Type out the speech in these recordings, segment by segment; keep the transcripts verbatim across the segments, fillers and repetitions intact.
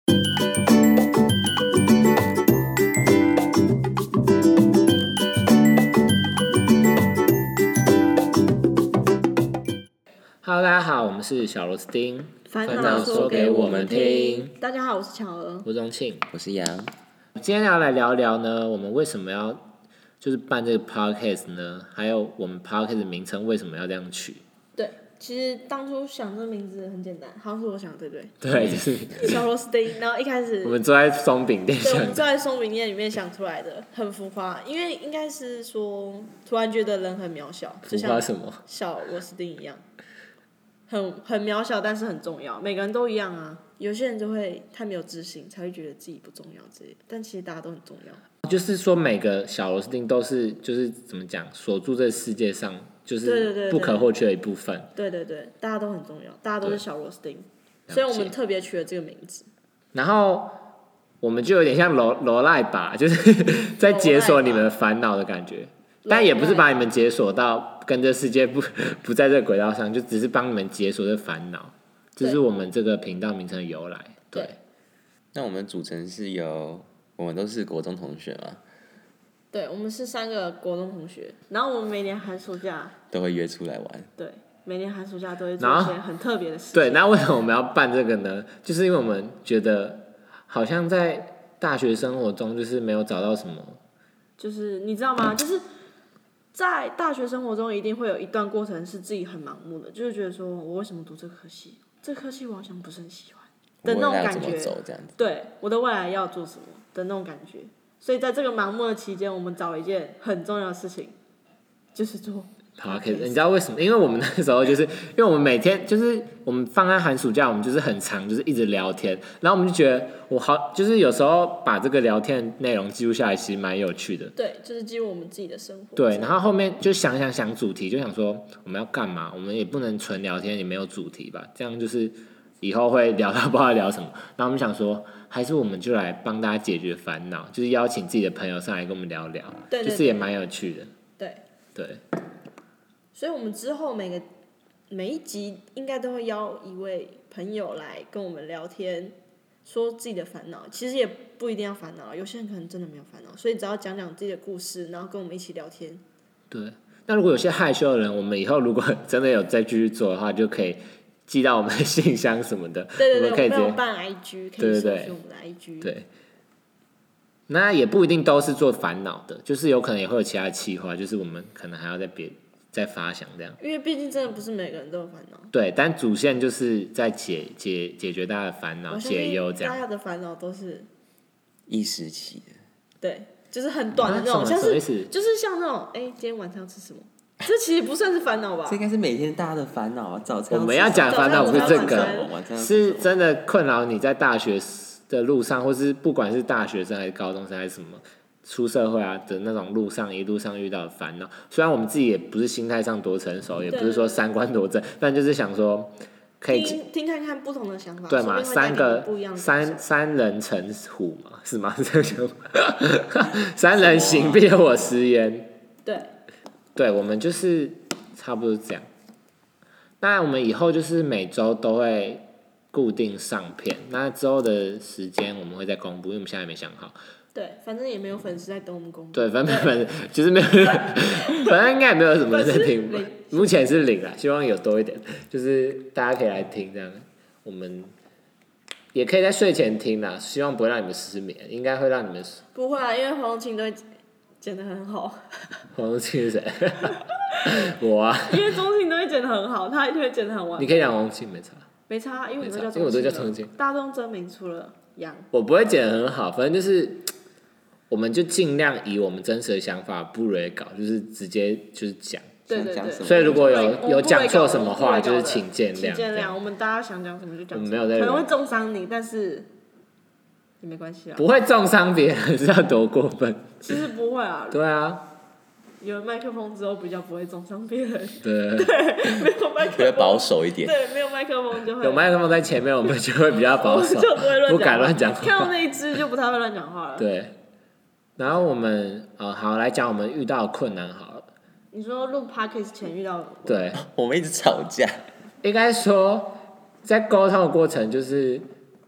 Hello， 大家好，我们是小螺丝钉， 烦恼说给我们听。 大家好，我是巧儿， 我是钟庆， 我是杨。 今天要来聊聊呢，我们为什么要就是办这个 podcast 呢？还有我们 podcast 的名称为什么要这样取？ 对，其实当初想这名字很简单，好像是我想的，对不对？ 对，就是小螺丝钉。然后一开始我们坐在松饼店对，我想们坐在松饼店里面想出来的，很浮夸。因为应该是说，突然觉得人很渺小，就浮夸像什么？ 小螺丝钉一样，很很渺小，但是很重要。每个人都一样啊。有些人就会太没有自信，才会觉得自己不重要之类的。但其实大家都很重要。 就是说每个小螺丝钉都是就是怎么讲，锁住这世界上就是不可或缺的一部分。 对对对，大家都很重要，大家都是小螺丝钉，所以我们特别取了这个名字。 然后我们就有点像罗罗赖吧，就是在解锁你们的烦恼的感觉，但也不是把你们解锁到跟这世界不不在这个轨道上，就只是帮你们解锁这烦恼。这是我们这个频道名称的由来。对。对那我们组成是由我们都是国中同学嘛？ 对，我们是三个国中同学，然后我们每年寒暑假都会约出来玩。 对，每年寒暑假都会做一些很特别的事情。 对，那为什么我们要办这个呢？就是因为我们觉得好像在大学生活中就是没有找到什么， 就是你知道吗？就是在大学生活中一定会有一段过程是自己很盲目的，就是觉得说我为什么读这科系？这科系我好像不是很喜欢的那种感觉。 我未来怎么走这样子？ 对，我的未来要做什么的那种感觉。所以在这个盲目的期间，我们找了一件很重要的事情，就是做 podcast。你知道为什么？因为我们那个时候就是因为我们每天就是我们放在寒暑假，我们就是很长，就是一直聊天，然后我们就觉得我好，就是有时候把这个聊天内容记录下来，其实蛮有趣的。 对，就是记录我们自己的生活。 对，然后后面就想想想主题，就想说我们要干嘛？我们也不能纯聊天，也没有主题吧？这样就是以后会聊到不知道聊什么。然后我们想说，还是我们就来帮大家解决烦恼，就是邀请自己的朋友上来跟我们聊聊， 对对对， 就是也蛮有趣的。 对对。 所以我们之后每个每一集应该都会邀一位朋友来跟我们聊天，说自己的烦恼。其实也不一定要烦恼，有些人可能真的没有烦恼，所以只要讲讲自己的故事，然后跟我们一起聊天。 对，那如果有些害羞的人，我们以后如果真的有再继续做的话，就可以寄到我们的信箱什么的。 对对对， 我们可以直接我们有办 I G， 可以搜寻我们的 I G。 对。那也不一定都是做烦恼的，就是有可能也会有其他的企划，就是我们可能还要再别再发想这样。 因为毕竟真的不是每个人都有烦恼。 对，但主线就是在解解解决大家的烦恼、解忧这样。 大家的烦恼都是一时期的。 对，就是很短的那种， 啊、 像是就是像那种，哎、欸，今天晚上要吃什么？这其实不算是烦恼吧？ 这应该是每天大家的烦恼啊！早餐我们要讲烦恼不是这个，是真的困扰你在大学的路上，或是不管是大学生还是高中生还是什么出社会啊的那种路上，一路上遇到的烦恼。虽然我们自己也不是心态上多成熟，也不是说三观多正，但就是想说可以听听看看不同的想法。 对嘛？三个三三人成虎嘛，是吗？这个三人行必有我师焉。 对。 对，我们就是差不多这样。那我们以后就是每周都会固定上片，那之后的时间我们会再公布，因为我们现在还没想好。 对，反正也没有粉丝在等我们公布。 对，反正反正就是没有，反正应该也没有什么人在听，目前是零啦，希望有多一点，就是大家可以来听这样。我们也可以在睡前听啦，希望不会让你们失眠，应该会让你们。 不会啊，因为黄龙清都会剪得很好。 黄龙清是谁？我啊。 因为钟庆都会剪得很好，他一定会剪得很完美。 你可以讲黄龙清没差。 没差，因为我都叫钟庆， 因为我都叫钟庆， 大家都用真名除了杨。 我不会剪得很好，反正就是，我们就尽量以我们真实的想法不蕊稿，就是直接就是讲。 对对对。 所以如果有有讲错什么话，就是请见谅。 请见谅，我们大家想讲什么就讲什么。 我们没有在。 可能会重伤你，但是也没关系啊。 不会重伤别人，是要多过分？ 其实不会啊。 对啊。 有了麦克风之后，比较不会重伤别人。 对。 对，没有麦克风。 会保守一点。 对，没有麦克风就会。 有麦克风在前面，我们就会比较保守， 就不会乱不敢乱讲话。 看到那一只就不太会乱讲话了。 对。然后我们呃，好来讲我们遇到的困难好了。 你说录 podcast 前遇到的？ 对。 我们一直吵架。 应该说，在沟通的过程就是。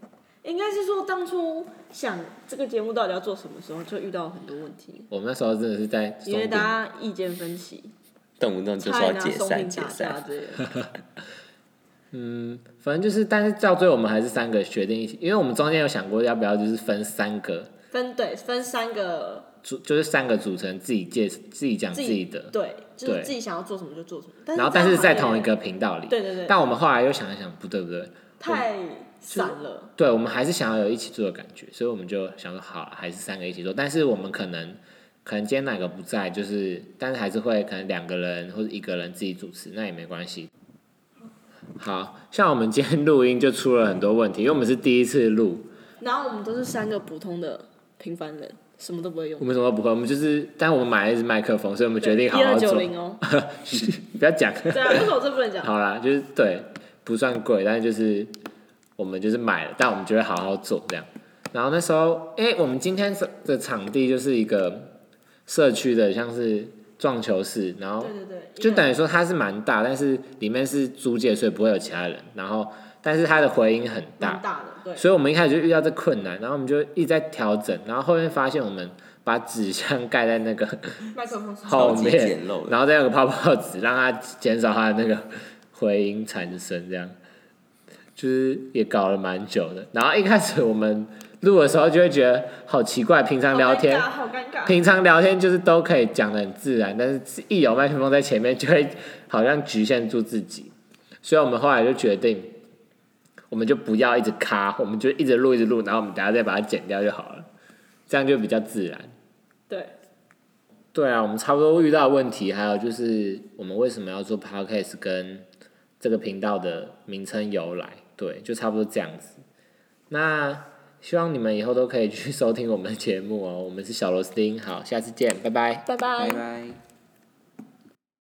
应该是说当初想这个节目到底要做什么时候，就遇到很多问题。 我们那时候真的是在因为大家意见分歧， 动不动就说要解散解散。 嗯，反正就是，但是到最后我们还是三个决定一起，因为我们中间有想过要不要就是分三个， 分对分三个组，就是三个组成自己介自己讲自己的， 对，就是自己想要做什么就做什么。 然后但是在同一个频道里， 对对对。 但我们后来又想一想，不对不对， 太散了。 对，我们还是想要有一起做的感觉，所以我们就想说好，还是三个一起做。但是我们可能可能今天哪个不在，就是但是还是会可能两个人或者一个人自己主持，那也没关系。好像我们今天录音就出了很多问题，因为我们是第一次录， 然后我们都是三个普通的平凡人，什么都不会用。 我们什么都不会，我们就是，但我们买了一支麦克风，所以我们决定好好做。一二九零哦，不要讲。 对啊，为什么这不能讲？ 好啦，就是对，不算贵，但是就是我们就是买了，但我们就会好好做这样。然后那时候，哎、欸，我们今天的场地就是一个社区的，像是撞球室，然后对对对， 就等于说它是蛮大，但是里面是租借，所以不会有其他人。然后，但是它的回音很大， 大的，对。 所以我们一开始就遇到这困难，然后我们就一直在调整，然后后面发现我们把纸箱盖在那个麦克风后面，然后再用个泡泡纸让它减少它的那个回音产生，这样就是也搞了蛮久的。然后一开始我们录的时候就会觉得好奇怪，平常聊天， 好尴尬， 平常聊天就是都可以讲得很自然，但是一有麦克风在前面，就会好像局限住自己。所以我们后来就决定，我们就不要一直卡，我们就一直录一直录，然后我们等一下再把它剪掉就好了，这样就比较自然。 对。 对啊，我们差不多遇到的问题，还有就是我们为什么要做 podcast 跟这个频道的名称由来，对，就差不多这样子。那希望你们以后都可以去收听我们的节目哦。我们是小螺丝钉，好，下次见，拜拜， 拜拜， 拜拜。